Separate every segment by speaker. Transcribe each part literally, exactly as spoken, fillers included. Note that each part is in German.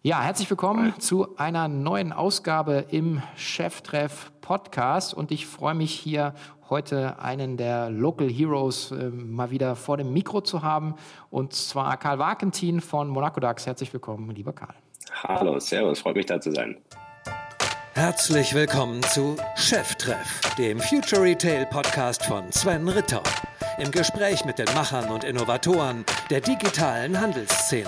Speaker 1: Ja, herzlich willkommen zu einer neuen Ausgabe im Cheftreff Podcast und ich freue mich hier heute einen der Local Heroes äh, mal wieder vor dem Mikro zu haben und zwar Karl Wagentin von Monaco DAX. Herzlich willkommen, lieber Karl.
Speaker 2: Hallo, servus, freut mich da zu sein.
Speaker 3: Herzlich willkommen zu Cheftreff, dem Future Retail Podcast von Sven Ritter. Im Gespräch mit den Machern und Innovatoren der digitalen Handelsszene.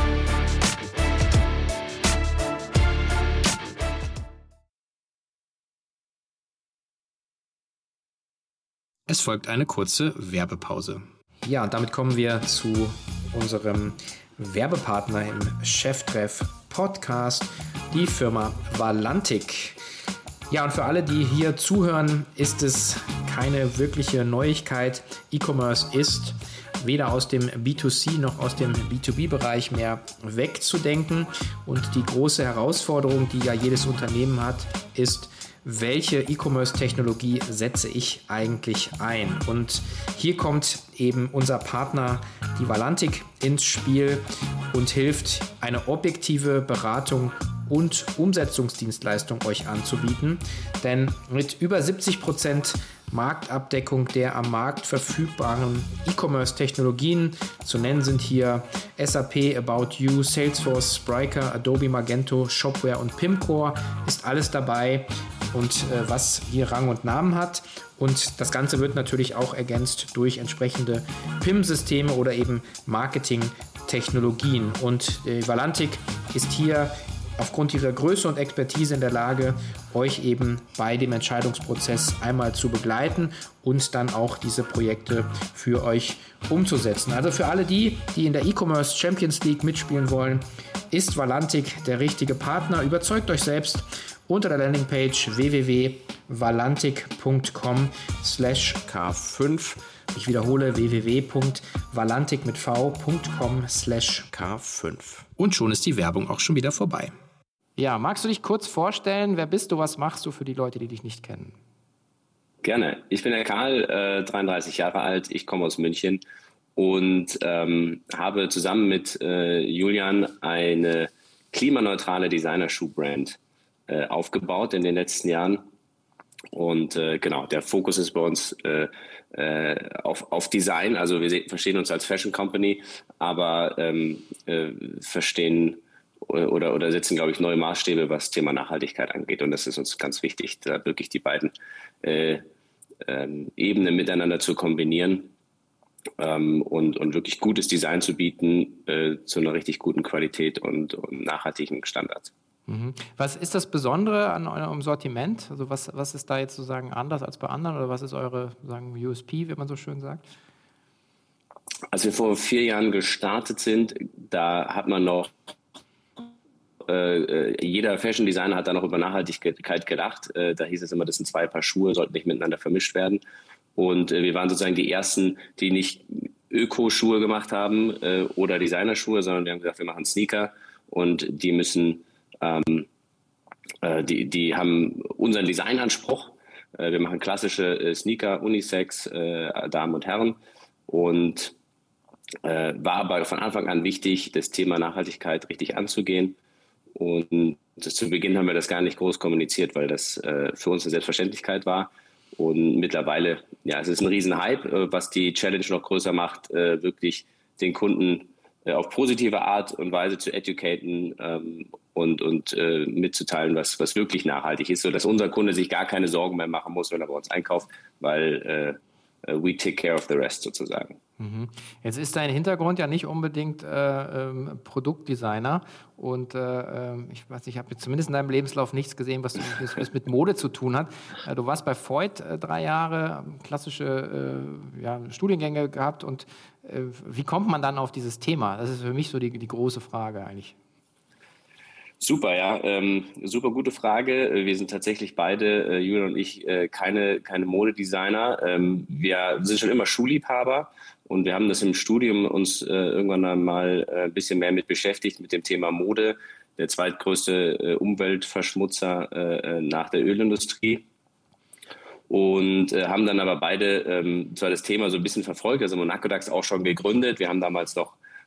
Speaker 1: Es folgt eine kurze Werbepause. Ja, und damit kommen wir zu unserem Werbepartner im Cheftreff Podcast, die Firma Valantic. Ja, und für alle, die hier zuhören, ist es keine wirkliche Neuigkeit. E-Commerce ist weder aus dem B zwei C noch aus dem B zwei B-Bereich mehr wegzudenken. Und die große Herausforderung, die ja jedes Unternehmen hat, ist, welche E-Commerce-Technologie setze ich eigentlich ein? Und hier kommt eben unser Partner, die Valantic, ins Spiel und hilft, eine objektive Beratung und Umsetzungsdienstleistung euch anzubieten. Denn mit über siebzig Prozent Marktabdeckung der am Markt verfügbaren E-Commerce-Technologien, zu nennen sind hier S A P, About You, Salesforce, Spryker, Adobe Magento, Shopware und Pimcore, ist alles dabei und äh, was hier Rang und Namen hat. Und das Ganze wird natürlich auch ergänzt durch entsprechende P I M-Systeme oder eben Marketing-Technologien. Und äh, Valantic ist hier aufgrund ihrer Größe und Expertise in der Lage, euch eben bei dem Entscheidungsprozess einmal zu begleiten und dann auch diese Projekte für euch umzusetzen. Also für alle die, die in der E-Commerce Champions League mitspielen wollen, ist Valantic der richtige Partner. Überzeugt euch selbst unter der Landingpage w w w punkt valantic punkt com slash k fünf. Ich wiederhole w w w punkt valantic mit v punkt com slash k fünf. Und schon ist die Werbung auch schon wieder vorbei. Ja, magst du dich kurz vorstellen? Wer bist du? Was machst du für die Leute, die dich nicht kennen?
Speaker 2: Gerne. Ich bin der Karl, äh, dreiunddreißig Jahre alt. Ich komme aus München und ähm, habe zusammen mit äh, Julian eine klimaneutrale Designer-Schuh-Brand äh, aufgebaut in den letzten Jahren. Und äh, genau, der Fokus ist bei uns äh, äh, auf, auf Design. Also wir se- verstehen uns als Fashion Company, aber ähm, äh, verstehen oder, oder setzen, glaube ich, neue Maßstäbe, was Thema Nachhaltigkeit angeht. Und das ist uns ganz wichtig, da wirklich die beiden äh, ähm, Ebenen miteinander zu kombinieren ähm, und, und wirklich gutes Design zu bieten äh, zu einer richtig guten Qualität und, und nachhaltigen Standards.
Speaker 1: Was ist das Besondere an eurem Sortiment? Also was, was ist da jetzt sozusagen anders als bei anderen oder was ist eure sagen, U S P, wie man so schön sagt?
Speaker 2: Als wir vor vier Jahren gestartet sind, da hat man noch, äh, jeder Fashion Designer hat da noch über Nachhaltigkeit gedacht. Äh, da hieß es immer, das sind zwei Paar Schuhe, sollten nicht miteinander vermischt werden. Und äh, wir waren sozusagen die Ersten, die nicht Öko-Schuhe gemacht haben äh, oder Designerschuhe, sondern wir haben gesagt, wir machen Sneaker und die müssen Ähm, äh, die, die haben unseren Designanspruch. Äh, wir machen klassische äh, Sneaker, Unisex, äh, Damen und Herren. Und äh, war aber von Anfang an wichtig, das Thema Nachhaltigkeit richtig anzugehen. Und das, zu Beginn haben wir das gar nicht groß kommuniziert, weil das äh, für uns eine Selbstverständlichkeit war. Und mittlerweile, ja, es ist ein Riesenhype, äh, was die Challenge noch größer macht, äh, wirklich den Kunden auf positive Art und Weise zu educaten ähm, und, und äh, mitzuteilen, was, was wirklich nachhaltig ist, sodass unser Kunde sich gar keine Sorgen mehr machen muss, wenn er bei uns einkauft, weil äh, we take care of the rest sozusagen.
Speaker 1: Mhm. Jetzt ist dein Hintergrund ja nicht unbedingt äh, ähm, Produktdesigner und äh, ich weiß nicht, ich habe zumindest in deinem Lebenslauf nichts gesehen, was, was mit Mode zu tun hat. Äh, du warst bei Voigt äh, drei Jahre, klassische äh, ja, Studiengänge gehabt und äh, wie kommt man dann auf dieses Thema? Das ist für mich so die, die große Frage eigentlich.
Speaker 2: Super, ja, ähm, super gute Frage. Wir sind tatsächlich beide, äh, Julian und ich, äh, keine, keine Modedesigner. Ähm, wir sind schon immer Schuhliebhaber und wir haben das im Studium uns äh, irgendwann einmal äh, ein bisschen mehr mit beschäftigt, mit dem Thema Mode, der zweitgrößte äh, Umweltverschmutzer äh, nach der Ölindustrie. Und äh, haben dann aber beide ähm, zwar das Thema so ein bisschen verfolgt, also Monaco DAX auch schon gegründet. Wir haben damals noch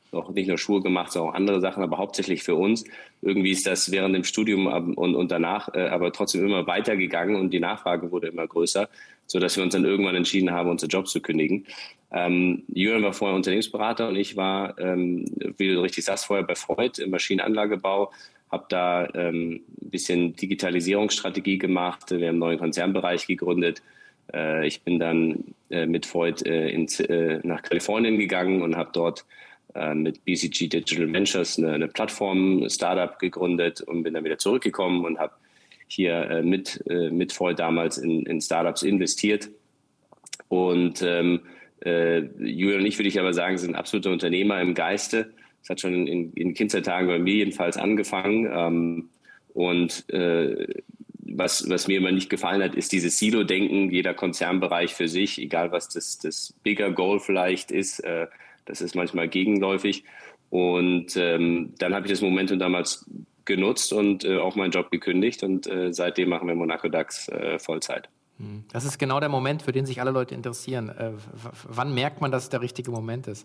Speaker 2: noch nicht nur Schuhe gemacht, sondern auch andere Sachen, aber hauptsächlich für uns. Irgendwie ist das während dem Studium und, und danach äh, aber trotzdem immer weitergegangen und die Nachfrage wurde immer größer, sodass wir uns dann irgendwann entschieden haben, unsere Jobs zu kündigen. Ähm, Julian war vorher Unternehmensberater und ich war, ähm, wie du richtig sagst, vorher bei Freud im Maschinenanlagebau, habe da ähm, ein bisschen Digitalisierungsstrategie gemacht. Wir haben einen neuen Konzernbereich gegründet. Äh, ich bin dann äh, mit Freud äh, ins, äh, nach Kalifornien gegangen und habe dort äh, mit B C G Digital Ventures eine, eine Plattform, ein Startup gegründet und bin dann wieder zurückgekommen und habe hier äh, mit, äh, mit Freud damals in, in Startups investiert. Und ähm, äh, Julian und ich, würde ich aber sagen, sind absolute Unternehmer im Geiste. Das hat schon in, in Kindheitstagen bei mir jedenfalls angefangen. Ähm, und äh, was, was mir immer nicht gefallen hat, ist dieses Silo-Denken, jeder Konzernbereich für sich, egal was das, das Bigger Goal vielleicht ist. Äh, das ist manchmal gegenläufig. Und ähm, dann habe ich das Momentum damals genutzt und äh, auch meinen Job gekündigt. Und äh, seitdem machen wir Monaco DAX äh, Vollzeit.
Speaker 1: Das ist genau der Moment, für den sich alle Leute interessieren. Äh, w- wann merkt man, dass es der richtige Moment ist?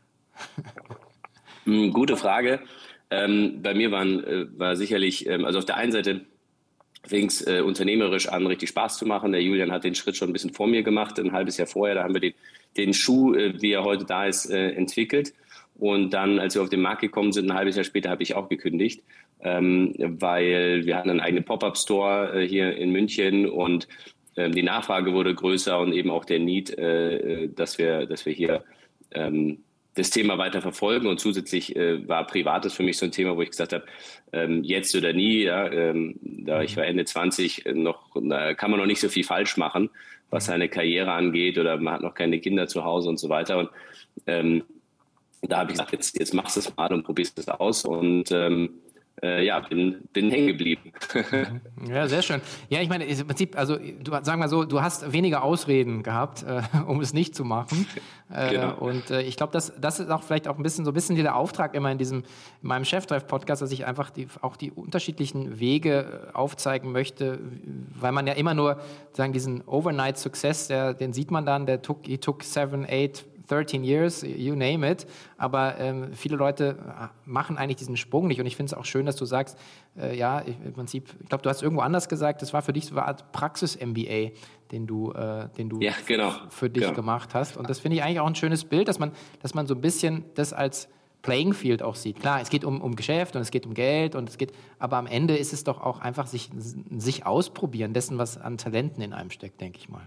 Speaker 2: Gute Frage. Ähm, bei mir waren, äh, war sicherlich, ähm, also auf der einen Seite fing es äh, unternehmerisch an, richtig Spaß zu machen. Der Julian hat den Schritt schon ein bisschen vor mir gemacht, ein halbes Jahr vorher. Da haben wir den, den Schuh, äh, wie er heute da ist, äh, entwickelt. Und dann, als wir auf den Markt gekommen sind, ein halbes Jahr später, habe ich auch gekündigt, ähm, weil wir hatten einen eigenen Pop-up-Store äh, hier in München und ähm, die Nachfrage wurde größer und eben auch der Need, äh, dass wir, dass wir hier ähm, das Thema weiter verfolgen. Und zusätzlich äh, war Privates für mich so ein Thema, wo ich gesagt habe, ähm, jetzt oder nie, ja, ähm, da ich war Ende zwanzig, äh, noch, da kann man noch nicht so viel falsch machen, was seine Karriere angeht, oder man hat noch keine Kinder zu Hause und so weiter. Und ähm, da habe ich gesagt, jetzt, jetzt machst du es mal und probierst es aus. Und ähm, äh, ja, bin, bin hängen geblieben.
Speaker 1: Ja, sehr schön. Ja, ich meine, im Prinzip, also du, sagen wir so, du hast weniger Ausreden gehabt, äh, um es nicht zu machen. Äh,
Speaker 2: Genau.
Speaker 1: Und äh, ich glaube, das, das ist auch vielleicht auch ein bisschen so ein bisschen der Auftrag immer in diesem, in meinem Cheftreff-Podcast, dass ich einfach die, auch die unterschiedlichen Wege aufzeigen möchte, weil man ja immer nur sagen, diesen Overnight-Success, der, den sieht man dann, der took, he took seven, eight, thirteen years, you name it, aber ähm, viele Leute machen eigentlich diesen Sprung nicht und ich finde es auch schön, dass du sagst, äh, ja, ich, im Prinzip, ich glaube, du hast irgendwo anders gesagt, das war für dich so eine Art Praxis-M B A, den du, äh, den du
Speaker 2: Ja, genau.
Speaker 1: f- für dich
Speaker 2: Genau.
Speaker 1: gemacht hast und das finde ich eigentlich auch ein schönes Bild, dass man, dass man so ein bisschen das als Playing Field auch sieht. Klar, es geht um, um Geschäft und es geht um Geld und es geht, aber am Ende ist es doch auch einfach sich, sich ausprobieren dessen, was an Talenten in einem steckt, denke ich mal.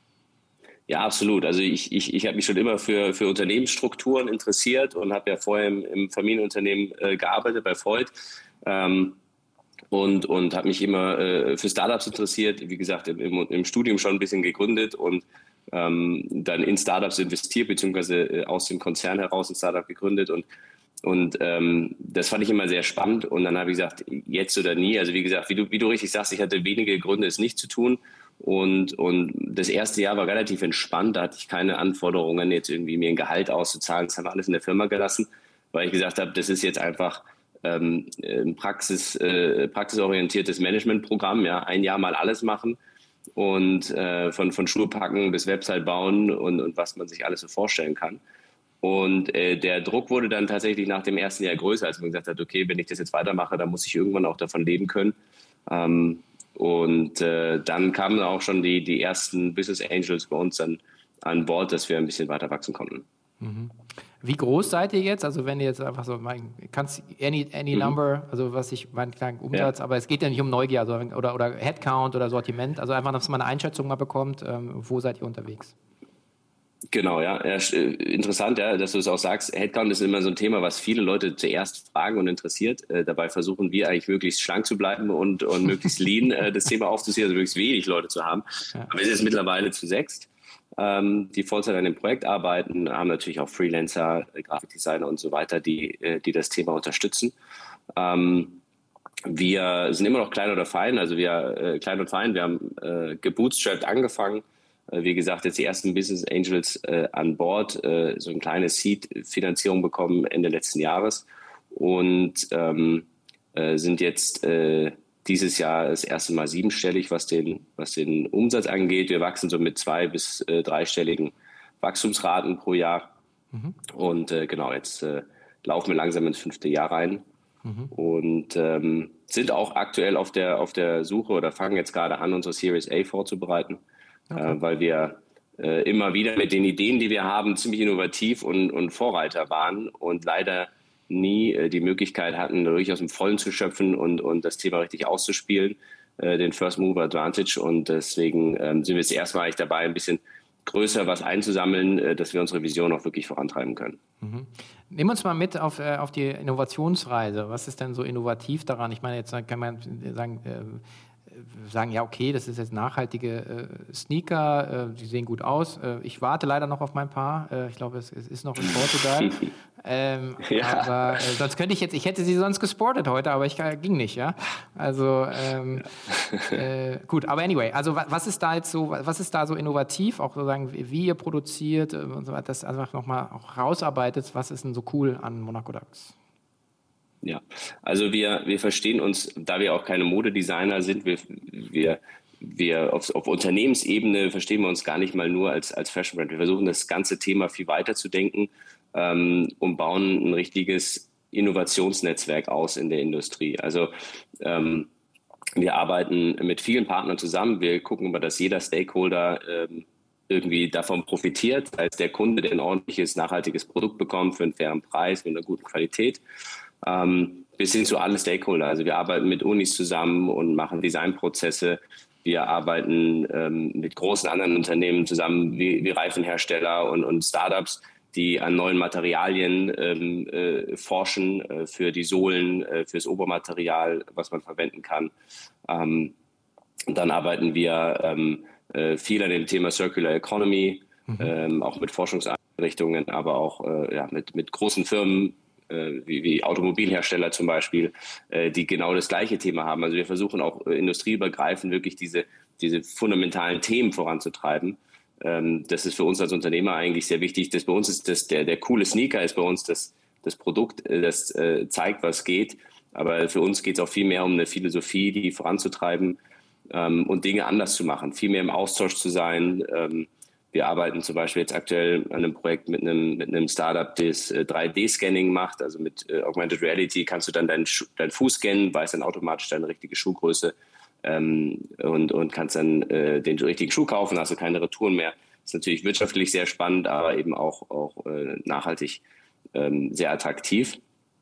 Speaker 2: Ja, absolut. Also ich, ich, ich habe mich schon immer für, für Unternehmensstrukturen interessiert und habe ja vorher im, im Familienunternehmen äh, gearbeitet bei Freud ähm, und, und habe mich immer äh, für Startups interessiert. Wie gesagt, im, im, im Studium schon ein bisschen gegründet und ähm, dann in Startups investiert, beziehungsweise äh, aus dem Konzern heraus ein Startup gegründet und Und ähm, das fand ich immer sehr spannend. Und dann habe ich gesagt, jetzt oder nie. Also wie gesagt, wie du, wie du richtig sagst, ich hatte wenige Gründe, es nicht zu tun. Und, und das erste Jahr war relativ entspannt. Da hatte ich keine Anforderungen, jetzt irgendwie mir ein Gehalt auszuzahlen. Das haben wir alles in der Firma gelassen, weil ich gesagt habe, das ist jetzt einfach ähm, ein Praxis, äh, praxisorientiertes Managementprogramm. Ja, ein Jahr mal alles machen und äh, von, von Schuhe packen bis Website bauen und, und was man sich alles so vorstellen kann. Und äh, der Druck wurde dann tatsächlich nach dem ersten Jahr größer, als man gesagt hat, okay, wenn ich das jetzt weitermache, dann muss ich irgendwann auch davon leben können. Ähm, und äh, dann kamen auch schon die, die ersten Business Angels bei uns dann an Bord, dass wir ein bisschen weiter wachsen konnten.
Speaker 1: Mhm. Wie groß seid ihr jetzt? Also wenn ihr jetzt einfach so, mein, kannst any, any
Speaker 2: Mhm.
Speaker 1: number, also was ich, mein kleinen Umsatz,
Speaker 2: Ja.
Speaker 1: aber es geht ja nicht um Neugier also, oder, oder Headcount oder Sortiment, also einfach, dass man eine Einschätzung mal bekommt, ähm, wo seid ihr unterwegs?
Speaker 2: Genau, ja. ja interessant, ja, dass du es auch sagst. Headcount ist immer so ein Thema, was viele Leute zuerst fragen und interessiert. Äh, dabei versuchen wir eigentlich möglichst schlank zu bleiben und, und möglichst lean äh, das Thema aufzuziehen, also möglichst wenig Leute zu haben.
Speaker 1: Ja.
Speaker 2: Aber wir sind jetzt mittlerweile zu sechst, ähm, die Vollzeit an dem Projekt arbeiten, haben natürlich auch Freelancer, äh, Grafikdesigner und so weiter, die, äh, die das Thema unterstützen. Ähm, wir sind immer noch klein oder fein, also wir äh, klein und fein. Wir haben äh, gebootstrapped angefangen. Wie gesagt, jetzt die ersten Business Angels äh, an Bord, äh, so eine kleine Seed-Finanzierung bekommen Ende letzten Jahres und ähm, äh, sind jetzt äh, dieses Jahr das erste Mal siebenstellig, was den, was den Umsatz angeht. Wir wachsen so mit zwei- bis äh, dreistelligen Wachstumsraten pro Jahr. Mhm. Und äh, genau, jetzt äh, laufen wir langsam ins fünfte Jahr rein mhm. und ähm, sind auch aktuell auf der, auf der Suche oder fangen jetzt gerade an, unsere Series A vorzubereiten, okay. äh, weil wir äh, immer wieder mit den Ideen, die wir haben, ziemlich innovativ und, und Vorreiter waren und leider nie äh, die Möglichkeit hatten, wirklich aus dem Vollen zu schöpfen und, und das Thema richtig auszuspielen, äh, den First Mover Advantage. Und deswegen ähm, sind wir jetzt erstmalig dabei, ein bisschen größer was einzusammeln, äh, dass wir unsere Vision auch wirklich vorantreiben können.
Speaker 1: Mhm. Nehmen wir uns mal mit auf, äh, auf die Innovationsreise. Was ist denn so innovativ daran? Ich meine, jetzt kann man sagen, äh, sagen, ja okay, das ist jetzt nachhaltige äh, Sneaker, äh, die sehen gut aus. Äh, ich warte leider noch auf mein Paar. Äh, ich glaube, es, es ist noch in Portugal. ähm, ja. Aber äh, sonst könnte ich jetzt, ich hätte sie sonst gesportet heute, aber ich äh, ging nicht, ja. Also ähm, ja. äh, gut, aber anyway, also was ist da jetzt so, was ist da so innovativ, auch sozusagen, wie ihr produziert und so weiter, das einfach nochmal auch rausarbeitet, was ist denn so cool an Monaco Dax?
Speaker 2: Ja, also wir, wir verstehen uns, da wir auch keine Modedesigner sind, wir, wir, wir auf, auf Unternehmensebene verstehen wir uns gar nicht mal nur als, als Fashion Brand. Wir versuchen das ganze Thema viel weiter zu denken ähm, und bauen ein richtiges Innovationsnetzwerk aus in der Industrie. Also ähm, wir arbeiten mit vielen Partnern zusammen. Wir gucken immer, dass jeder Stakeholder ähm, irgendwie davon profitiert, als der Kunde, der ein ordentliches, nachhaltiges Produkt bekommt für einen fairen Preis, mit einer guten Qualität. Ähm, bis hin zu allen Stakeholder. Also wir arbeiten mit Unis zusammen und machen Designprozesse. Wir arbeiten ähm, mit großen anderen Unternehmen zusammen, wie, wie Reifenhersteller und, und Startups, die an neuen Materialien ähm, äh, forschen äh, für die Sohlen, äh, fürs Obermaterial, was man verwenden kann. Ähm, dann arbeiten wir ähm, äh, viel an dem Thema Circular Economy, mhm. ähm, auch mit Forschungseinrichtungen, aber auch äh, ja, mit, mit großen Firmen, Wie, wie Automobilhersteller zum Beispiel, äh, die genau das gleiche Thema haben. Also wir versuchen auch äh, industrieübergreifend wirklich diese, diese fundamentalen Themen voranzutreiben. Ähm, das ist für uns als Unternehmer eigentlich sehr wichtig. Das bei uns ist das, der, der coole Sneaker ist bei uns das, das Produkt, äh, das äh, zeigt, was geht. Aber für uns geht es auch viel mehr um eine Philosophie, die voranzutreiben ähm, und Dinge anders zu machen, viel mehr im Austausch zu sein. Ähm, Wir arbeiten zum Beispiel jetzt aktuell an einem Projekt mit einem, mit einem Startup, das äh, drei D-Scanning macht. Also mit äh, Augmented Reality kannst du dann deinen, Schu- deinen Fuß scannen, weißt dann automatisch deine richtige Schuhgröße ähm, und, und kannst dann äh, den richtigen Schuh kaufen, hast du keine Retouren mehr. Ist natürlich wirtschaftlich sehr spannend, aber eben auch, auch äh, nachhaltig ähm, sehr attraktiv.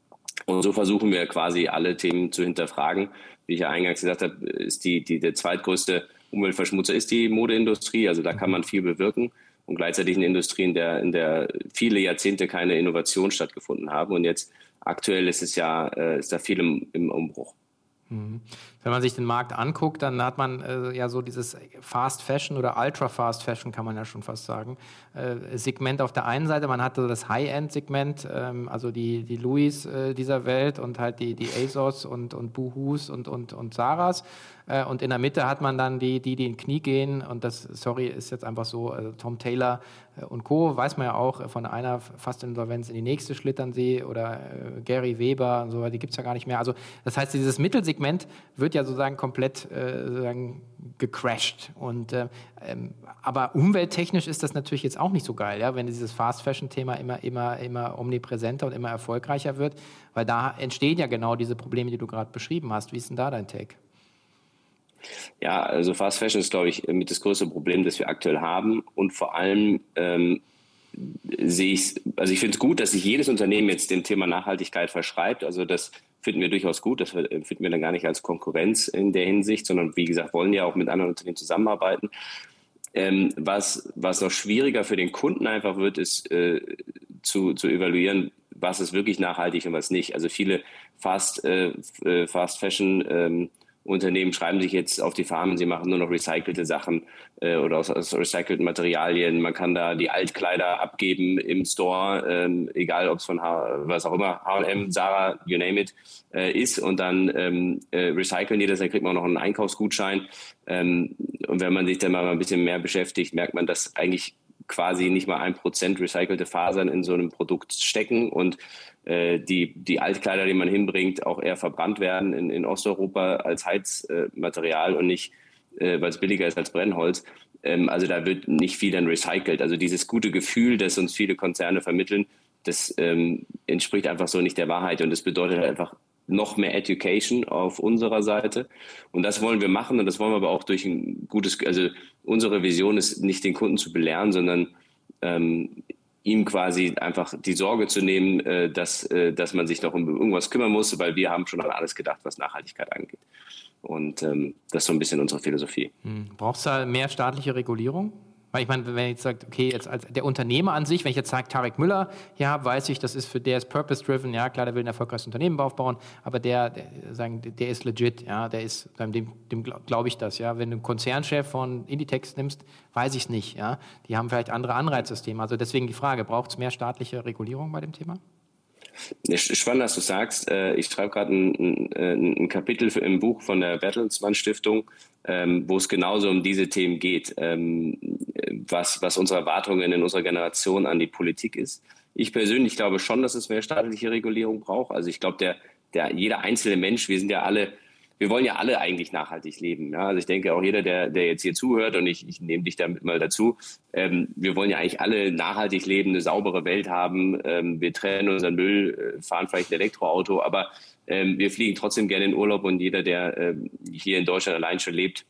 Speaker 2: Und so versuchen wir quasi alle Themen zu hinterfragen. Wie ich ja eingangs gesagt habe, ist die, die der zweitgrößte Umweltverschmutzer ist die Modeindustrie, also da kann man viel bewirken und gleichzeitig eine Industrie, in der, in der viele Jahrzehnte keine Innovation stattgefunden haben und jetzt aktuell ist es ja, äh, ist da viel im, im Umbruch.
Speaker 1: Wenn man sich den Markt anguckt, dann hat man äh, ja so dieses Fast Fashion oder Ultra Fast Fashion, kann man ja schon fast sagen, äh, Segment auf der einen Seite. Man hat so das High-End-Segment, ähm, also die, die Louis äh, dieser Welt und halt die, die ASOS und, und Boohoo's und, und, und Zaras. Äh, und in der Mitte hat man dann die, die, die in Knie gehen. Und das, sorry, ist jetzt einfach so, äh, Tom Taylor äh, und Co. weiß man ja auch, äh, von einer fast Insolvenz in die nächste schlittern sie oder äh, Gary Weber und so, die gibt es ja gar nicht mehr. Also das heißt, dieses Mittelsegment wird ja sozusagen komplett äh, sozusagen gecrashed. Und, äh, ähm, aber umwelttechnisch ist das natürlich jetzt auch nicht so geil, ja, wenn dieses Fast-Fashion-Thema immer, immer, immer omnipräsenter und immer erfolgreicher wird, weil da entstehen ja genau diese Probleme, die du gerade beschrieben hast. Wie ist denn da dein Take?
Speaker 2: Ja, also Fast Fashion ist, glaube ich, mit das größte Problem, das wir aktuell haben. Und vor allem ähm, sehe ich, also ich finde es gut, dass sich jedes Unternehmen jetzt dem Thema Nachhaltigkeit verschreibt. Also das finden wir durchaus gut. Das finden wir dann gar nicht als Konkurrenz in der Hinsicht, sondern wie gesagt, wollen ja auch mit anderen Unternehmen zusammenarbeiten. Ähm, was, was noch schwieriger für den Kunden einfach wird, ist äh, zu, zu evaluieren, was ist wirklich nachhaltig und was nicht. Also viele Fast, äh, Fast Fashion ähm, Unternehmen schreiben sich jetzt auf die Fahnen, sie machen nur noch recycelte Sachen äh, oder aus, aus recycelten Materialien. Man kann da die Altkleider abgeben im Store, ähm, egal ob es von H- was auch immer, H und M, Zara, you name it, äh, ist und dann ähm, äh, recyceln die das, dann kriegt man auch noch einen Einkaufsgutschein. Ähm, und wenn man sich dann mal ein bisschen mehr beschäftigt, merkt man, dass eigentlich quasi nicht mal ein Prozent recycelte Fasern in so einem Produkt stecken und äh, die, die Altkleider, die man hinbringt, auch eher verbrannt werden in, in Osteuropa als Heizmaterial äh, und nicht, äh, weil es billiger ist als Brennholz. Ähm, also da wird nicht viel dann recycelt. Also dieses gute Gefühl, das uns viele Konzerne vermitteln, das ähm, entspricht einfach so nicht der Wahrheit und das bedeutet einfach noch mehr Education auf unserer Seite und das wollen wir machen und das wollen wir aber auch durch ein gutes, also unsere Vision ist nicht den Kunden zu belehren, sondern ähm, ihm quasi einfach die Sorge zu nehmen, äh, dass, äh, dass man sich noch um irgendwas kümmern muss, weil wir haben schon an alles gedacht, was Nachhaltigkeit angeht. Und ähm, das ist so ein bisschen unsere Philosophie.
Speaker 1: Hm. Brauchst du da mehr staatliche Regulierung? Weil ich meine, wenn ich jetzt sage, okay, jetzt als der Unternehmer an sich, wenn ich jetzt sage, Tarek Müller hier habe, weiß ich, das ist für der ist purpose-driven, ja klar, der will ein erfolgreiches Unternehmen aufbauen, aber der, der, sagen, der ist legit, ja, der ist, dem, dem glaube ich das, ja. Wenn du einen Konzernchef von Inditex nimmst, weiß ich es nicht, ja. Die haben vielleicht andere Anreizsysteme. Also deswegen die Frage, braucht es mehr staatliche Regulierung bei dem Thema?
Speaker 2: Spannend, dass du sagst. Ich schreibe gerade ein, ein, ein Kapitel für, im Buch von der Bertelsmann Stiftung, ähm, wo es genauso um diese Themen geht, ähm, was, was unsere Erwartungen in unserer Generation an die Politik ist. Ich persönlich glaube schon, dass es mehr staatliche Regulierung braucht. Also ich glaube, der, der, jeder einzelne Mensch, wir sind ja alle, wir wollen ja alle eigentlich nachhaltig leben. Ja? Also ich denke auch jeder, der, der jetzt hier zuhört und ich, ich nehme dich damit mal dazu, ähm, wir wollen ja eigentlich alle nachhaltig leben, eine saubere Welt haben. Ähm, wir trennen unseren Müll, äh, fahren vielleicht ein Elektroauto, aber ähm, wir fliegen trotzdem gerne in Urlaub und jeder, der äh, hier in Deutschland allein schon lebt,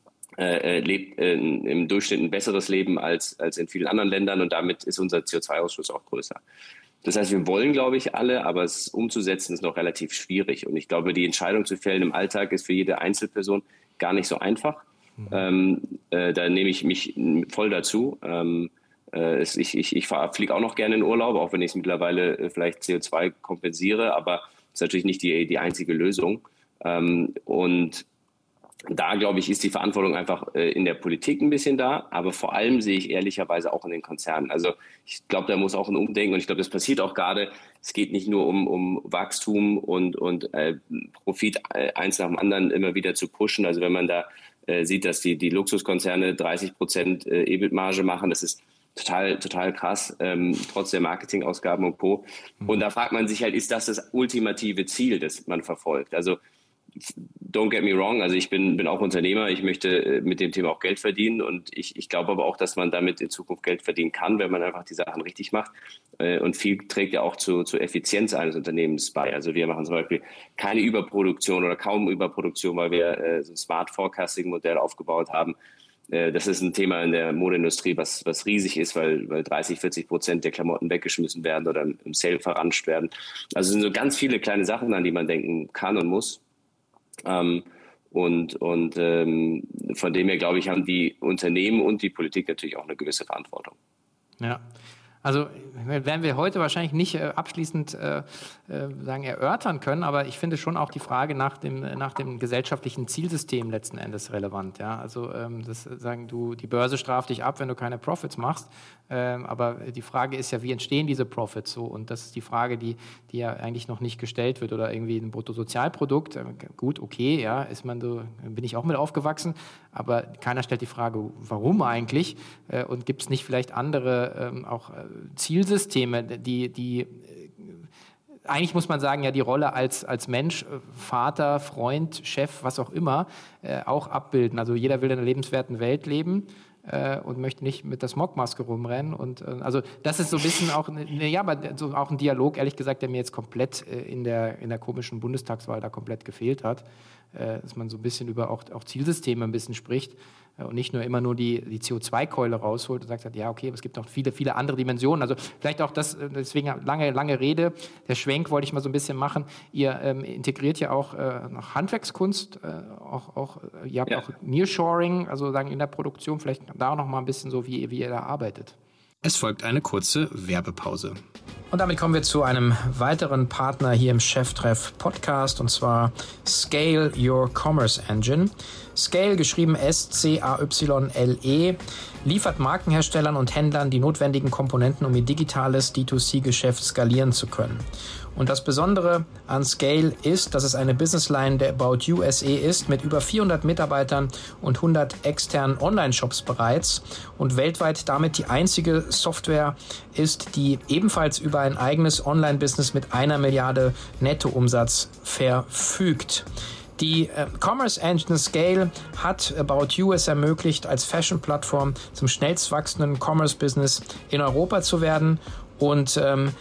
Speaker 2: äh, lebt äh, im Durchschnitt ein besseres Leben als, als in vielen anderen Ländern und damit ist unser C O zwei Ausstoß auch größer. Das heißt, wir wollen, glaube ich, alle, aber es umzusetzen ist noch relativ schwierig. Und ich glaube, die Entscheidung zu fällen im Alltag ist für jede Einzelperson gar nicht so einfach. Mhm. Ähm, äh, da nehme ich mich voll dazu. Ähm, äh, ich ich, ich fliege auch noch gerne in Urlaub, auch wenn ich es mittlerweile äh, vielleicht C O zwei kompensiere, aber das ist natürlich nicht die, die einzige Lösung. Ähm, und da, glaube ich, ist die Verantwortung einfach äh, in der Politik ein bisschen da, aber vor allem sehe ich ehrlicherweise auch in den Konzernen. Also ich glaube, da muss auch ein Umdenken und ich glaube, das passiert auch gerade. Es geht nicht nur um, um Wachstum und, und äh, Profit äh, eins nach dem anderen immer wieder zu pushen. Also wenn man da äh, sieht, dass die, die Luxuskonzerne dreißig Prozent äh, E B I T-Marge machen, das ist total, total krass, ähm, trotz der Marketingausgaben und Co. Und da fragt man sich halt, ist das das ultimative Ziel, das man verfolgt? Also don't get me wrong, also ich bin, bin auch Unternehmer, ich möchte mit dem Thema auch Geld verdienen und ich, ich glaube aber auch, dass man damit in Zukunft Geld verdienen kann, wenn man einfach die Sachen richtig macht und viel trägt ja auch zu, zur Effizienz eines Unternehmens bei. Also wir machen zum Beispiel keine Überproduktion oder kaum Überproduktion, weil wir äh, so ein Smart Forecasting Modell aufgebaut haben. Äh, das ist ein Thema in der Modeindustrie, was, was riesig ist, weil, weil dreißig, vierzig Prozent der Klamotten weggeschmissen werden oder im Sale verranscht werden. Also es sind so ganz viele kleine Sachen, an die man denken kann und muss. Ähm, und und ähm, von dem her, glaube ich, haben die Unternehmen und die Politik natürlich auch eine gewisse Verantwortung.
Speaker 1: Ja, also werden wir heute wahrscheinlich nicht äh, abschließend äh, äh, sagen, erörtern können, aber ich finde schon auch die Frage nach dem, nach dem gesellschaftlichen Zielsystem letzten Endes relevant. Ja? Also ähm, das sagen du, die Börse straft dich ab, wenn du keine Profits machst, ähm, aber die Frage ist ja, wie entstehen diese Profits so? Und das ist die Frage, die, die ja eigentlich noch nicht gestellt wird oder irgendwie ein Bruttosozialprodukt. Äh, gut, okay, ja, ist man so, bin ich auch mit aufgewachsen, aber keiner stellt die Frage, warum eigentlich? Äh, und gibt es nicht vielleicht andere ähm, auch äh, Zielsysteme, die, die eigentlich muss man sagen, ja die Rolle als, als Mensch, Vater, Freund, Chef, was auch immer, äh, auch abbilden. Also jeder will in einer lebenswerten Welt leben äh, und möchte nicht mit der Smogmaske rumrennen. Und äh, also das ist so ein bisschen auch, ne, ja, aber so auch ein Dialog, ehrlich gesagt, der mir jetzt komplett äh, in der, in der komischen Bundestagswahl da komplett gefehlt hat, äh, dass man so ein bisschen über auch, auch Zielsysteme ein bisschen spricht. Und nicht nur immer nur die, die C O zwei Keule rausholt und sagt, ja, okay, aber es gibt noch viele, viele andere Dimensionen. Also vielleicht auch das, deswegen lange, lange Rede, der Schwenk wollte ich mal so ein bisschen machen. Ihr ähm, integriert ja auch äh, noch Handwerkskunst, äh, auch, auch, ihr habt ja auch Nearshoring, also sagen in der Produktion, vielleicht da noch mal ein bisschen so, wie, wie ihr da arbeitet.
Speaker 4: Es folgt eine kurze Werbepause.
Speaker 1: Und damit kommen wir zu einem weiteren Partner hier im Cheftreff Podcast, und zwar Scale Your Commerce Engine. Scale, geschrieben S C A Y L E, liefert Markenherstellern und Händlern die notwendigen Komponenten, um ihr digitales D zwei C-Geschäft skalieren zu können. Und das Besondere an Scale ist, dass es eine Businessline der About You S E ist, mit über vierhundert Mitarbeitern und hundert externen Online-Shops bereits und weltweit damit die einzige Software ist, die ebenfalls über ein eigenes Online-Business mit einer Milliarde Nettoumsatz verfügt. Die äh, Commerce Engine Scale hat About You es ermöglicht, als Fashion-Plattform zum schnellst wachsenden Commerce-Business in Europa zu werden und ähm,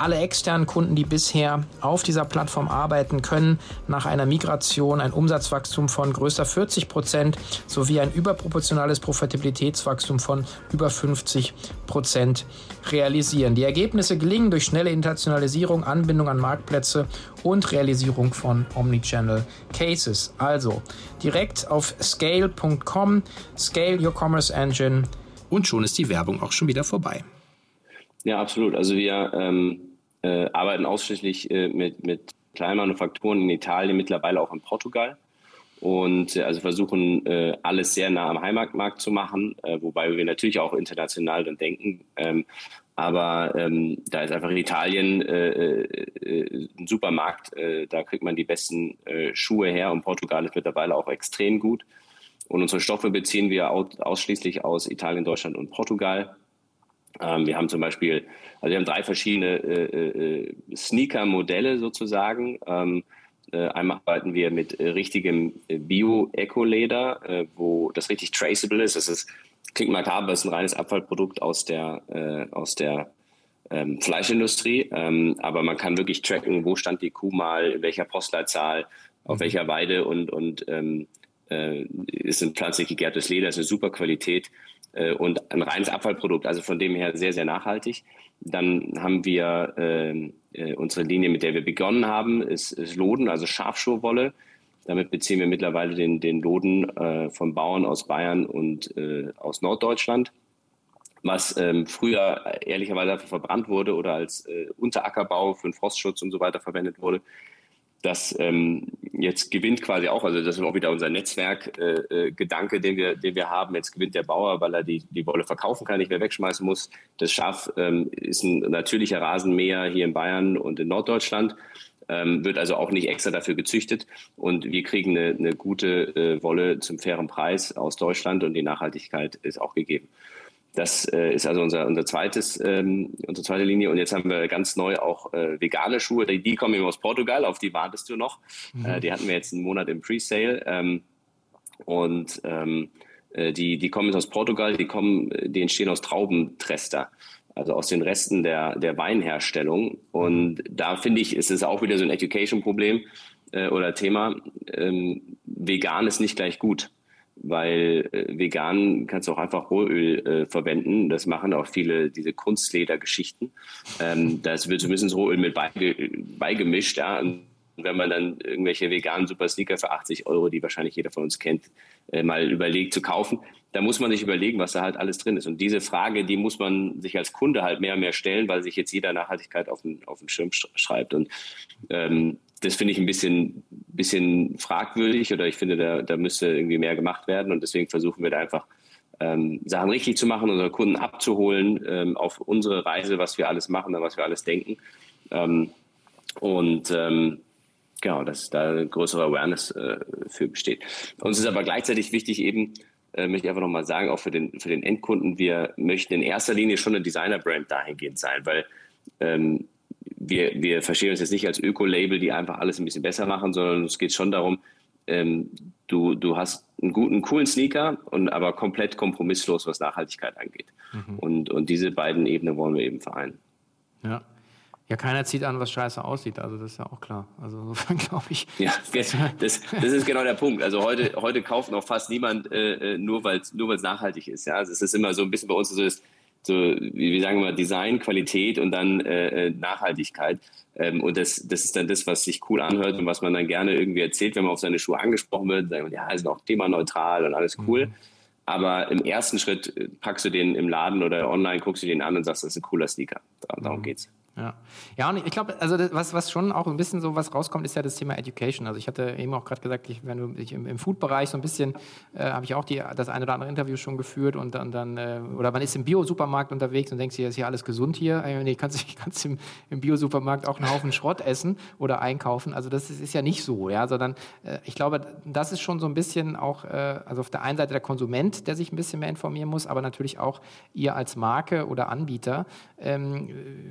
Speaker 1: Alle externen Kunden, die bisher auf dieser Plattform arbeiten, können nach einer Migration ein Umsatzwachstum von größer vierzig Prozent sowie ein überproportionales Profitabilitätswachstum von über fünfzig Prozent realisieren. Die Ergebnisse gelingen durch schnelle Internationalisierung, Anbindung an Marktplätze und Realisierung von Omnichannel Cases. Also direkt auf scale punkt com, Scale Your Commerce Engine.
Speaker 4: Und schon ist die Werbung auch schon wieder vorbei.
Speaker 2: Ja, absolut. Also wir ähm, äh, arbeiten ausschließlich äh, mit, mit Kleinmanufakturen in Italien, mittlerweile auch in Portugal. Und äh, also versuchen, äh, alles sehr nah am Heimatmarkt zu machen, äh, wobei wir natürlich auch international dann denken. Ähm, aber ähm, da ist einfach in Italien äh, äh, ein Supermarkt. Äh, da kriegt man die besten äh, Schuhe her und Portugal ist mittlerweile auch extrem gut. Und unsere Stoffe beziehen wir ausschließlich aus Italien, Deutschland und Portugal. Ähm, wir haben zum Beispiel, also wir haben drei verschiedene äh, äh, Sneaker-Modelle sozusagen. Ähm, äh, einmal arbeiten wir mit äh, richtigem äh, Bio-Eco-Leder, äh, wo das richtig traceable ist. Das ist, klingt makaber, das ist ein reines Abfallprodukt aus der, äh, aus der ähm, Fleischindustrie. Ähm, aber man kann wirklich tracken, wo stand die Kuh mal, in welcher Postleitzahl, auf welcher Weide und, und ähm, äh, ist ein pflanzlich gegärtes Leder, ist eine super Qualität. Und ein reines Abfallprodukt, also von dem her sehr, sehr nachhaltig. Dann haben wir äh, unsere Linie, mit der wir begonnen haben, ist, ist Loden, also Schafschurwolle. Damit beziehen wir mittlerweile den, den Loden äh, von Bauern aus Bayern und äh, aus Norddeutschland, was ähm, früher ehrlicherweise einfach verbrannt wurde oder als äh, Unterackerbau für den Frostschutz und so weiter verwendet wurde. Das ähm, jetzt gewinnt quasi auch, also das ist auch wieder unser Netzwerk-Gedanke, äh, den wir, den wir haben. Jetzt gewinnt der Bauer, weil er die, die Wolle verkaufen kann, nicht mehr wegschmeißen muss. Das Schaf ähm, ist ein natürlicher Rasenmäher hier in Bayern und in Norddeutschland, ähm, wird also auch nicht extra dafür gezüchtet. Und wir kriegen eine, eine gute äh, Wolle zum fairen Preis aus Deutschland und die Nachhaltigkeit ist auch gegeben. Das äh, ist also unser, unser zweites, ähm, unsere zweite Linie. Und jetzt haben wir ganz neu auch äh, vegane Schuhe. Die, die kommen eben aus Portugal, auf die wartest du noch. Mhm. Äh, die hatten wir jetzt einen Monat im Pre-Sale. Ähm, und ähm, äh, die, die kommen aus Portugal, die, kommen, die entstehen aus Traubentrester, also aus den Resten der, der Weinherstellung. Und da finde ich, ist es auch wieder so ein Education-Problem äh, oder Thema. Ähm, vegan ist nicht gleich gut. Weil äh, vegan kannst du auch einfach Rohöl äh, verwenden. Das machen auch viele, diese Kunstledergeschichten. Ähm, da wird zumindest das Rohöl mit beige, beigemischt. Ja? Und wenn man dann irgendwelche veganen Super Sneaker für achtzig Euro, die wahrscheinlich jeder von uns kennt, äh, mal überlegt zu kaufen, da muss man sich überlegen, was da halt alles drin ist. Und diese Frage, die muss man sich als Kunde halt mehr und mehr stellen, weil sich jetzt jeder Nachhaltigkeit auf den, auf den Schirm schreibt. Und ähm, das finde ich ein bisschen, bisschen fragwürdig oder ich finde, da, da müsste irgendwie mehr gemacht werden und deswegen versuchen wir da einfach ähm, Sachen richtig zu machen, unsere Kunden abzuholen ähm, auf unsere Reise, was wir alles machen und was wir alles denken. Ähm, und ähm, genau, dass da eine größere Awareness äh, für besteht. Uns ist aber gleichzeitig wichtig eben, äh, möchte ich einfach nochmal sagen, auch für den, für den Endkunden, wir möchten in erster Linie schon eine Designer-Brand dahingehend sein, weil ähm, Wir, wir verstehen uns jetzt nicht als Öko-Label, die einfach alles ein bisschen besser machen, sondern es geht schon darum, ähm, du, du hast einen guten, coolen Sneaker, und aber komplett kompromisslos, was Nachhaltigkeit angeht. Mhm. Und, und diese beiden Ebenen wollen wir eben vereinen.
Speaker 1: Ja. Ja, keiner zieht an, was scheiße aussieht, also das ist ja auch klar. Also insofern glaube ich...
Speaker 2: Ja, das, das, das ist genau der Punkt. Also heute, heute kauft noch fast niemand äh, nur, weil es nur weil's nachhaltig ist. Ja? Also es ist immer so ein bisschen bei uns so, das, so wie wir sagen immer, Design, Qualität und dann äh, Nachhaltigkeit. Ähm, und das, das ist dann das, was sich cool anhört und was man dann gerne irgendwie erzählt, wenn man auf seine Schuhe angesprochen wird. Sagen wir, ja, ist auch themaneutral und alles cool. Mhm. Aber im ersten Schritt packst du den im Laden oder online, guckst du den an und sagst, das ist ein cooler Sneaker. Darum mhm. geht's.
Speaker 1: Ja, ja, und ich glaube, also das, was, was schon auch ein bisschen so was rauskommt, ist ja das Thema Education. Also ich hatte eben auch gerade gesagt, ich, wenn du ich im, im Food-Bereich so ein bisschen, äh, habe ich auch die, das eine oder andere Interview schon geführt und dann, dann äh, oder man ist im Bio-Supermarkt unterwegs und denkt sich, ist hier alles gesund hier. Äh, nee, kannst du kannst im, im Bio-Supermarkt auch einen Haufen Schrott essen oder einkaufen. Also das ist, ist ja nicht so, ja, sondern äh, ich glaube, das ist schon so ein bisschen auch, äh, also auf der einen Seite der Konsument, der sich ein bisschen mehr informieren muss, aber natürlich auch ihr als Marke oder Anbieter. Ähm,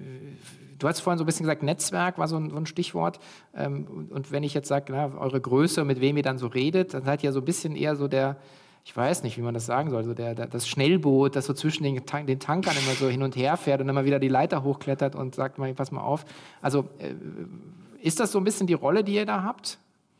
Speaker 1: Du hast vorhin so ein bisschen gesagt, Netzwerk war so ein, so ein Stichwort. Ähm, und, und wenn ich jetzt sage, na, eure Größe, mit wem ihr dann so redet, dann seid ihr so ein bisschen eher so der, ich weiß nicht, wie man das sagen soll, so der, der, das Schnellboot, das so zwischen den, Tank, den Tankern immer so hin und her fährt und dann mal wieder die Leiter hochklettert und sagt mal, pass mal auf. Also äh, ist das so ein bisschen die Rolle, die ihr da habt?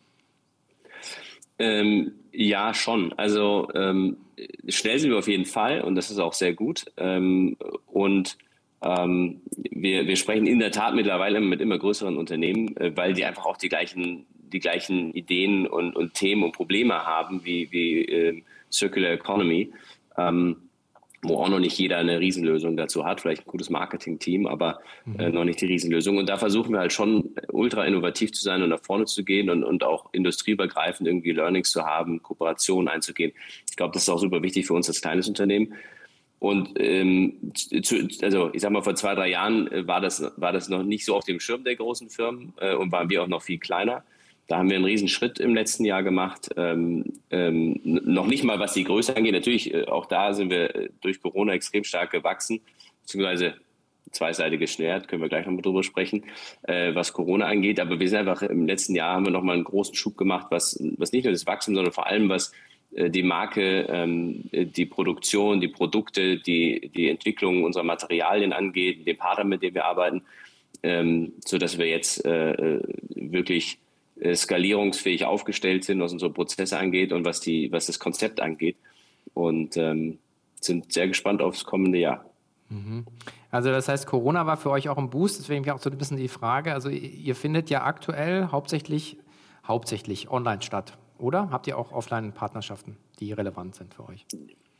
Speaker 2: Ähm, ja, schon. Also ähm, schnell sind wir auf jeden Fall und das ist auch sehr gut. Ähm, und ähm, wir, wir sprechen in der Tat mittlerweile mit immer größeren Unternehmen, äh, weil die einfach auch die gleichen, die gleichen Ideen und, und Themen und Probleme haben wie, wie äh, Circular Economy. Ähm, wo auch noch nicht jeder eine Riesenlösung dazu hat, vielleicht ein gutes Marketing-Team, aber äh, noch nicht die Riesenlösung. Und da versuchen wir halt schon ultra innovativ zu sein und nach vorne zu gehen und, und auch industrieübergreifend irgendwie Learnings zu haben, Kooperationen einzugehen. Ich glaube, das ist auch super wichtig für uns als kleines Unternehmen. Und ähm, zu, also ich sag mal, vor zwei, drei Jahren war das, war das noch nicht so auf dem Schirm der großen Firmen äh, und waren wir auch noch viel kleiner. Da haben wir einen riesen Schritt im letzten Jahr gemacht. Ähm, ähm, noch nicht mal, was die Größe angeht. Natürlich, äh, auch da sind wir durch Corona extrem stark gewachsen, beziehungsweise zweiseitiges Schwert, können wir gleich noch mal drüber sprechen, äh, was Corona angeht. Aber wir sind einfach im letzten Jahr haben wir noch mal einen großen Schub gemacht, was, was nicht nur das Wachstum, sondern vor allem was äh, die Marke, ähm, die Produktion, die Produkte, die, die Entwicklung unserer Materialien angeht, den Partnern, mit denen wir arbeiten, ähm, sodass wir jetzt äh, wirklich skalierungsfähig aufgestellt sind, was unsere Prozesse angeht und was die, was das Konzept angeht. Und ähm, sind sehr gespannt aufs kommende Jahr.
Speaker 1: Also das heißt, Corona war für euch auch ein Boost, deswegen auch so ein bisschen die Frage, also ihr findet ja aktuell hauptsächlich, hauptsächlich online statt, oder? Habt ihr auch Offline-Partnerschaften, die relevant sind für euch?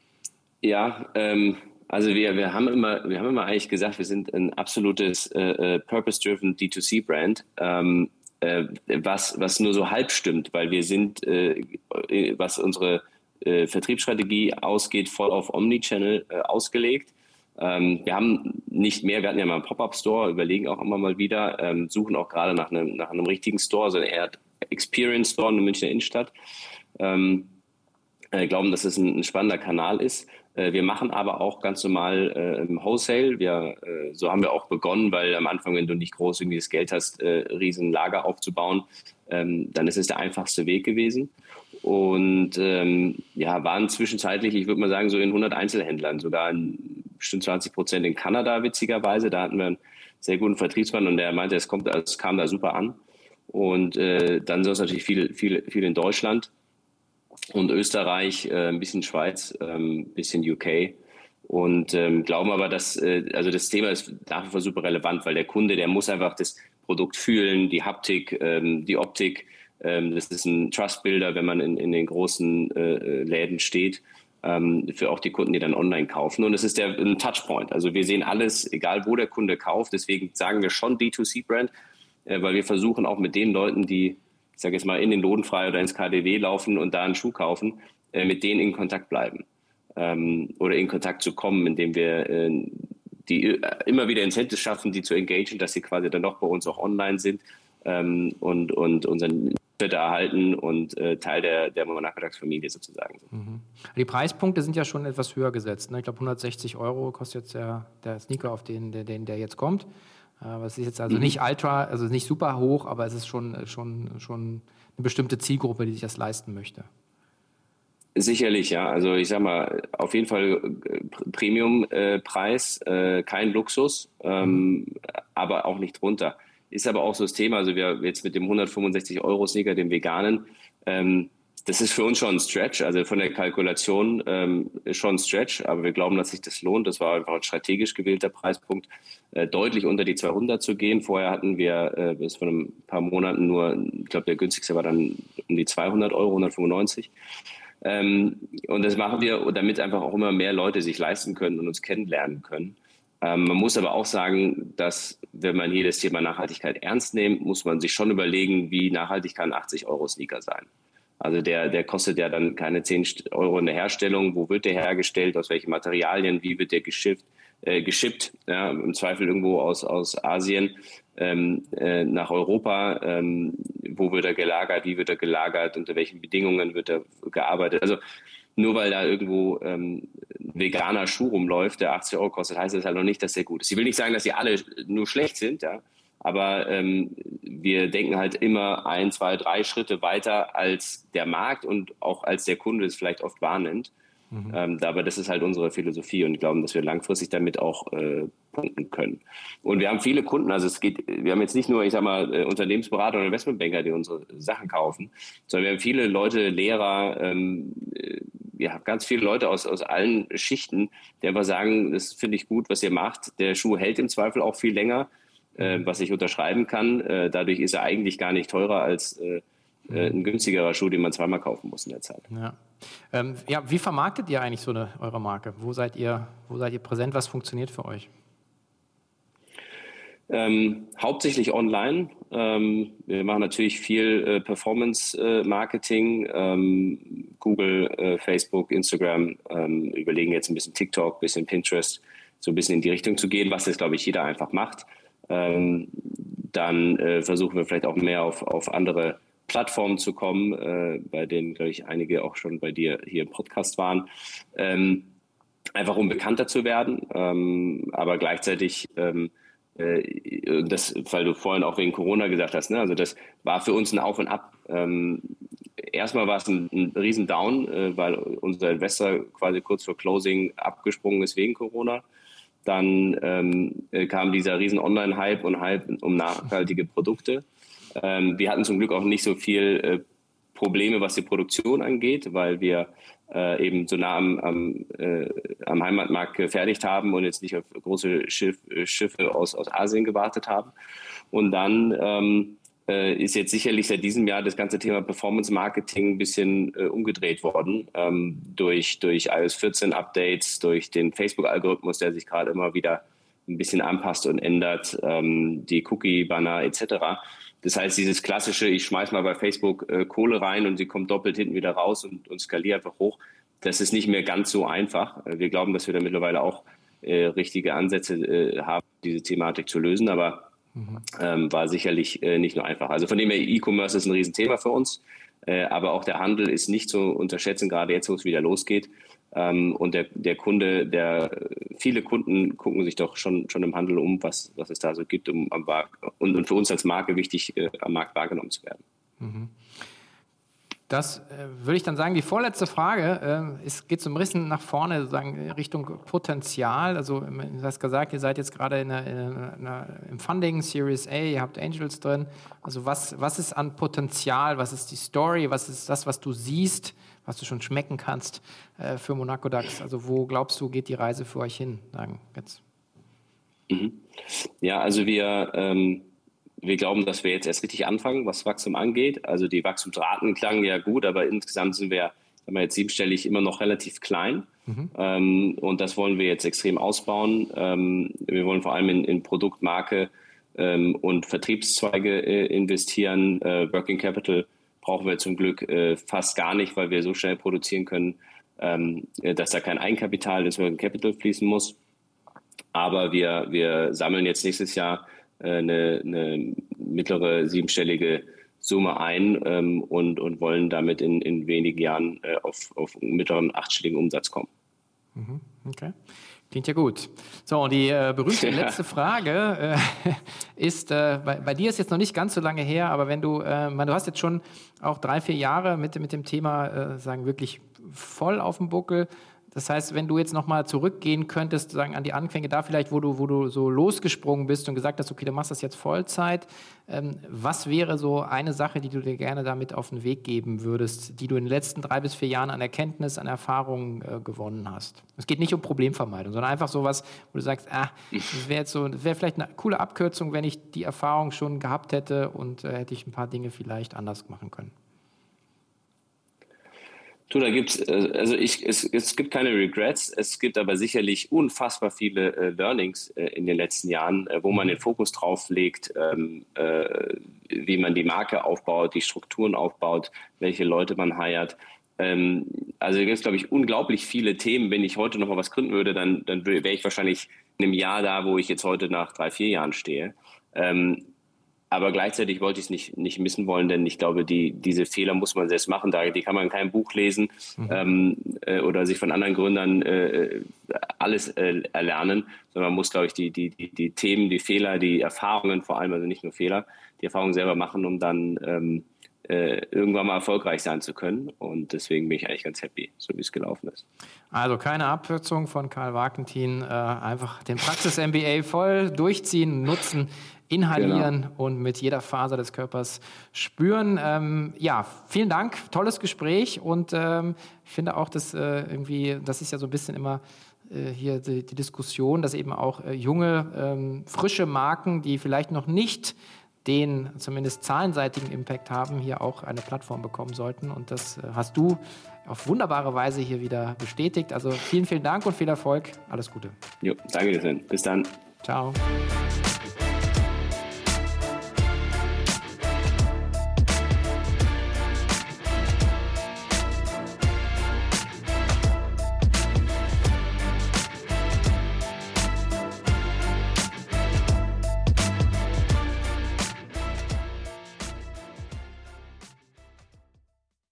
Speaker 2: Ja, ähm, also wir, wir haben immer, wir haben immer eigentlich gesagt, wir sind ein absolutes äh, Purpose-driven D zwei C-Brand. Ähm, Was, was nur so halb stimmt, weil wir sind, äh, was unsere äh, Vertriebsstrategie ausgeht, voll auf Omnichannel äh, ausgelegt. Ähm, wir haben nicht mehr, wir hatten ja mal einen Pop-Up-Store, überlegen auch immer mal wieder, ähm, suchen auch gerade nach einem, nach einem richtigen Store, also eher Experience-Store in der Münchner Innenstadt. Ähm, äh, glauben, dass es ein, ein spannender Kanal ist. Äh, wir machen aber auch ganz normal äh, im Wholesale. Wir, äh, so haben wir auch begonnen, weil am Anfang, wenn du nicht groß irgendwie das Geld hast, äh, riesen Lager aufzubauen, ähm, dann ist es der einfachste Weg gewesen. Und ähm, ja, waren zwischenzeitlich, ich würde mal sagen, so in hundert Einzelhändlern, sogar in bestimmt zwanzig Prozent in Kanada, witzigerweise. Da hatten wir einen sehr guten Vertriebsmann und der meinte, es kommt, es kam da super an. Und äh, dann sonst natürlich viel, viel, viel in Deutschland. Und Österreich, äh, ein bisschen Schweiz, ein ähm, bisschen U K und ähm, glauben aber, dass äh, also das Thema ist nach wie vor super relevant, weil der Kunde, der muss einfach das Produkt fühlen, die Haptik, ähm, die Optik. Ähm, das ist ein Trust-Builder, wenn man in, in den großen äh, Läden steht, ähm, für auch die Kunden, die dann online kaufen. Und es ist der ein Touchpoint. Also wir sehen alles, egal wo der Kunde kauft. Deswegen sagen wir schon D zwei C-Brand, äh, weil wir versuchen auch mit den Leuten, die ich sage jetzt mal, in den Lodenfrei oder ins K D W laufen und da einen Schuh kaufen, äh, mit denen in Kontakt bleiben ähm, oder in Kontakt zu kommen, indem wir äh, die äh, immer wieder Incentives schaffen, die zu engagieren, dass sie quasi dann doch bei uns auch online sind ähm, und, und unseren Newsletter erhalten und äh, Teil der, der Nachmittagsfamilie sozusagen sind.
Speaker 1: Mhm. Die Preispunkte sind ja schon etwas höher gesetzt. Ne? Ich glaube, hundertsechzig Euro kostet jetzt der, der Sneaker, auf den der, den, der jetzt kommt. Aber es ist jetzt also nicht ultra, also nicht super hoch, aber es ist schon, schon, schon eine bestimmte Zielgruppe, die sich das leisten möchte.
Speaker 2: Sicherlich, ja. Also ich sag mal, auf jeden Fall Premium-Preis, äh, kein Luxus, ähm, mhm. aber auch nicht drunter. Ist aber auch so das Thema, also wir jetzt mit dem hundertfünfundsechzig Euro Sneaker, dem veganen, ähm, das ist für uns schon ein Stretch, also von der Kalkulation ähm, ist schon ein Stretch, aber wir glauben, dass sich das lohnt. Das war einfach ein strategisch gewählter Preispunkt, äh, deutlich unter die zweihundert zu gehen. Vorher hatten wir äh, bis vor ein paar Monaten nur, ich glaube, der günstigste war dann um die zweihundert Euro, hundertfünfundneunzig. Ähm, und das machen wir, damit einfach auch immer mehr Leute sich leisten können und uns kennenlernen können. Ähm, man muss aber auch sagen, dass wenn man hier das Thema Nachhaltigkeit ernst nimmt, muss man sich schon überlegen, wie nachhaltig kann ein achtzig Euro Sneaker sein. Also der, der kostet ja dann keine zehn Euro in der Herstellung. Wo wird der hergestellt? Aus welchen Materialien? Wie wird der geschippt? Äh, geschippt ja, im Zweifel irgendwo aus, aus Asien ähm, äh, nach Europa. Ähm, wo wird er gelagert? Wie wird er gelagert? Unter welchen Bedingungen wird er gearbeitet? Also nur weil da irgendwo ähm, ein veganer Schuh rumläuft, der achtzig Euro kostet, heißt das halt noch nicht, dass der gut ist. Ich will nicht sagen, dass die alle nur schlecht sind, ja. Aber ähm, wir denken halt immer ein, zwei, drei Schritte weiter als der Markt und auch als der Kunde es vielleicht oft wahrnimmt. Mhm. Ähm, aber das ist halt unsere Philosophie und glauben, dass wir langfristig damit auch äh, punkten können. Und wir haben viele Kunden, also es geht, wir haben jetzt nicht nur, ich sag mal, Unternehmensberater und Investmentbanker, die unsere Sachen kaufen, sondern wir haben viele Leute, Lehrer, ähm, ja, ganz viele Leute aus, aus allen Schichten, die einfach sagen, das finde ich gut, was ihr macht. Der Schuh hält im Zweifel auch viel länger, äh, was ich unterschreiben kann. Äh, dadurch ist er eigentlich gar nicht teurer als äh, ein günstigerer Schuh, den man zweimal kaufen muss in der Zeit.
Speaker 1: Ja. Ähm, ja, wie vermarktet ihr eigentlich so eine, eure Marke? Wo seid ihr, wo seid ihr präsent? Was funktioniert für euch?
Speaker 2: Ähm, hauptsächlich online. Ähm, wir machen natürlich viel äh, Performance-Marketing, äh, ähm, Google, äh, Facebook, Instagram, ähm, überlegen jetzt ein bisschen TikTok, ein bisschen Pinterest, so ein bisschen in die Richtung zu gehen, was jetzt, glaube ich, jeder einfach macht. Ähm, dann äh, versuchen wir vielleicht auch mehr auf, auf andere Plattformen zu kommen, äh, bei denen, glaube ich, einige auch schon bei dir hier im Podcast waren, ähm, einfach um bekannter zu werden, ähm, aber gleichzeitig, ähm, äh, das, weil du vorhin auch wegen Corona gesagt hast, ne? Also das war für uns ein Auf und Ab. Ähm, erstmal war es ein, ein riesen Down, äh, weil unser Investor quasi kurz vor Closing abgesprungen ist wegen Corona. Dann ähm, kam dieser riesen Online-Hype und Hype um nachhaltige Produkte. Ähm, wir hatten zum Glück auch nicht so viel äh, Probleme, was die Produktion angeht, weil wir äh, eben so nah am, am, äh, am Heimatmarkt gefertigt haben und jetzt nicht auf große Schiff, Schiffe aus, aus Asien gewartet haben. Und dann ähm, äh, ist jetzt sicherlich seit diesem Jahr das ganze Thema Performance Marketing ein bisschen äh, umgedreht worden ähm, durch, durch i O S vierzehn Updates, durch den Facebook-Algorithmus, der sich gerade immer wieder ein bisschen anpasst und ändert, ähm, die Cookie-Banner et cetera. Das heißt, dieses klassische, ich schmeiß mal bei Facebook äh, Kohle rein und sie kommt doppelt hinten wieder raus und, und skaliere einfach hoch, das ist nicht mehr ganz so einfach. Wir glauben, dass wir da mittlerweile auch äh, richtige Ansätze äh, haben, diese Thematik zu lösen, aber mhm. ähm, war sicherlich äh, nicht nur einfach. Also von dem her, E-Commerce ist ein Riesenthema für uns, äh, aber auch der Handel ist nicht zu unterschätzen, gerade jetzt, wo es wieder losgeht. Ähm, und der, der Kunde, der viele Kunden gucken sich doch schon, schon im Handel um, was, was es da so gibt, um am Markt, und, und für uns als Marke wichtig, äh, am Markt wahrgenommen zu werden.
Speaker 1: Mhm. Das äh, würde ich dann sagen, die vorletzte Frage äh, ist, geht so ein bisschen nach vorne, sozusagen Richtung Potenzial. Also du hast gesagt, ihr seid jetzt gerade in einer, in einer, im Funding, Series A, ihr habt Angels drin. Also was, was ist an Potenzial, was ist die Story, was ist das, was du siehst, was du schon schmecken kannst äh, für Monaco DAX? Also wo glaubst du, geht die Reise für euch hin? Sagen jetzt.
Speaker 2: Mhm. Ja, also wir... Ähm Wir glauben, dass wir jetzt erst richtig anfangen, was Wachstum angeht. Also die Wachstumsraten klangen ja gut, aber insgesamt sind wir, sagen wir jetzt siebenstellig, immer noch relativ klein. Mhm. Ähm, und das wollen wir jetzt extrem ausbauen. Ähm, wir wollen vor allem in, in Produkt, Marke ähm, und Vertriebszweige äh, investieren. Äh, Working Capital brauchen wir zum Glück äh, fast gar nicht, weil wir so schnell produzieren können, ähm, dass da kein Eigenkapital ins Working Capital fließen muss. Aber wir, wir sammeln jetzt nächstes Jahr Eine, eine mittlere siebenstellige Summe ein ähm, und, und wollen damit in, in wenigen Jahren äh, auf, auf einen mittleren achtstelligen Umsatz kommen.
Speaker 1: Okay, klingt ja gut. So, und die äh, berühmte letzte Frage äh, ist, äh, bei, bei dir ist jetzt noch nicht ganz so lange her, aber wenn du, äh, man, du hast jetzt schon auch drei, vier Jahre mit, mit dem Thema, äh, sagen wirklich voll auf dem Buckel. Das heißt, wenn du jetzt nochmal zurückgehen könntest, sagen an die Anfänge da vielleicht, wo du, wo du so losgesprungen bist und gesagt hast, okay, du machst das jetzt Vollzeit, ähm, was wäre so eine Sache, die du dir gerne damit auf den Weg geben würdest, die du in den letzten drei bis vier Jahren an Erkenntnis, an Erfahrung äh, gewonnen hast? Es geht nicht um Problemvermeidung, sondern einfach sowas, wo du sagst, ah, das wäre jetzt so, das wäre vielleicht eine coole Abkürzung, wenn ich die Erfahrung schon gehabt hätte und äh, hätte ich ein paar Dinge vielleicht anders machen können.
Speaker 2: Du, da gibt's, also ich, es, es gibt keine Regrets, es gibt aber sicherlich unfassbar viele äh, Learnings äh, in den letzten Jahren, äh, wo man den Fokus drauf legt, ähm, äh, wie man die Marke aufbaut, die Strukturen aufbaut, welche Leute man heiert. Ähm, also da gibt es, glaube ich, unglaublich viele Themen. Wenn ich heute noch mal was gründen würde, dann, dann wäre ich wahrscheinlich in einem Jahr da, wo ich jetzt heute nach drei, vier Jahren stehe. Ähm, aber gleichzeitig wollte ich es nicht, nicht missen wollen, denn ich glaube, die, diese Fehler muss man selbst machen. Da, die kann man in keinem Buch lesen mhm. ähm, äh, oder sich von anderen Gründern äh, alles äh, erlernen, sondern man muss, glaube ich, die, die, die, die Themen, die Fehler, die Erfahrungen vor allem, also nicht nur Fehler, die Erfahrungen selber machen, um dann ähm, äh, irgendwann mal erfolgreich sein zu können. Und deswegen bin ich eigentlich ganz happy, so wie es gelaufen ist.
Speaker 1: Also keine Abkürzung von Karl Valentin, äh, einfach den Praxis-M B A voll durchziehen, nutzen, inhalieren genau. und mit jeder Faser des Körpers spüren. Ähm, ja, vielen Dank, tolles Gespräch und ähm, ich finde auch, dass äh, irgendwie, das ist ja so ein bisschen immer äh, hier die, die Diskussion, dass eben auch äh, junge, ähm, frische Marken, die vielleicht noch nicht den zumindest zahlenseitigen Impact haben, hier auch eine Plattform bekommen sollten und das äh, hast du auf wunderbare Weise hier wieder bestätigt. Also vielen, vielen Dank und viel Erfolg. Alles Gute.
Speaker 2: Jo, danke dir. Bis dann.
Speaker 1: Ciao.